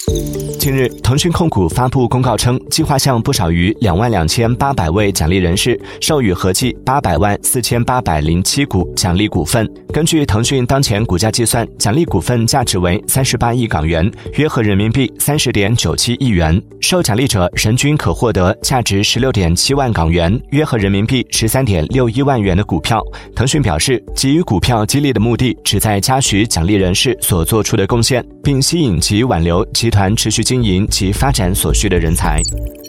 近日，腾讯控股发布公告称，计划向不少于22800位奖励人士授予合计8004807股奖励股份。根据腾讯当前股价计算，奖励股份价值为38亿港元，约合人民币30.97亿元。受奖励者人均可获得价值16.7万港元，约合人民币13.61万元的股票。腾讯表示，给予股票激励的目的旨在嘉许奖励人士所做出的贡献，并吸引及挽留集团持续经营及发展所需的人才。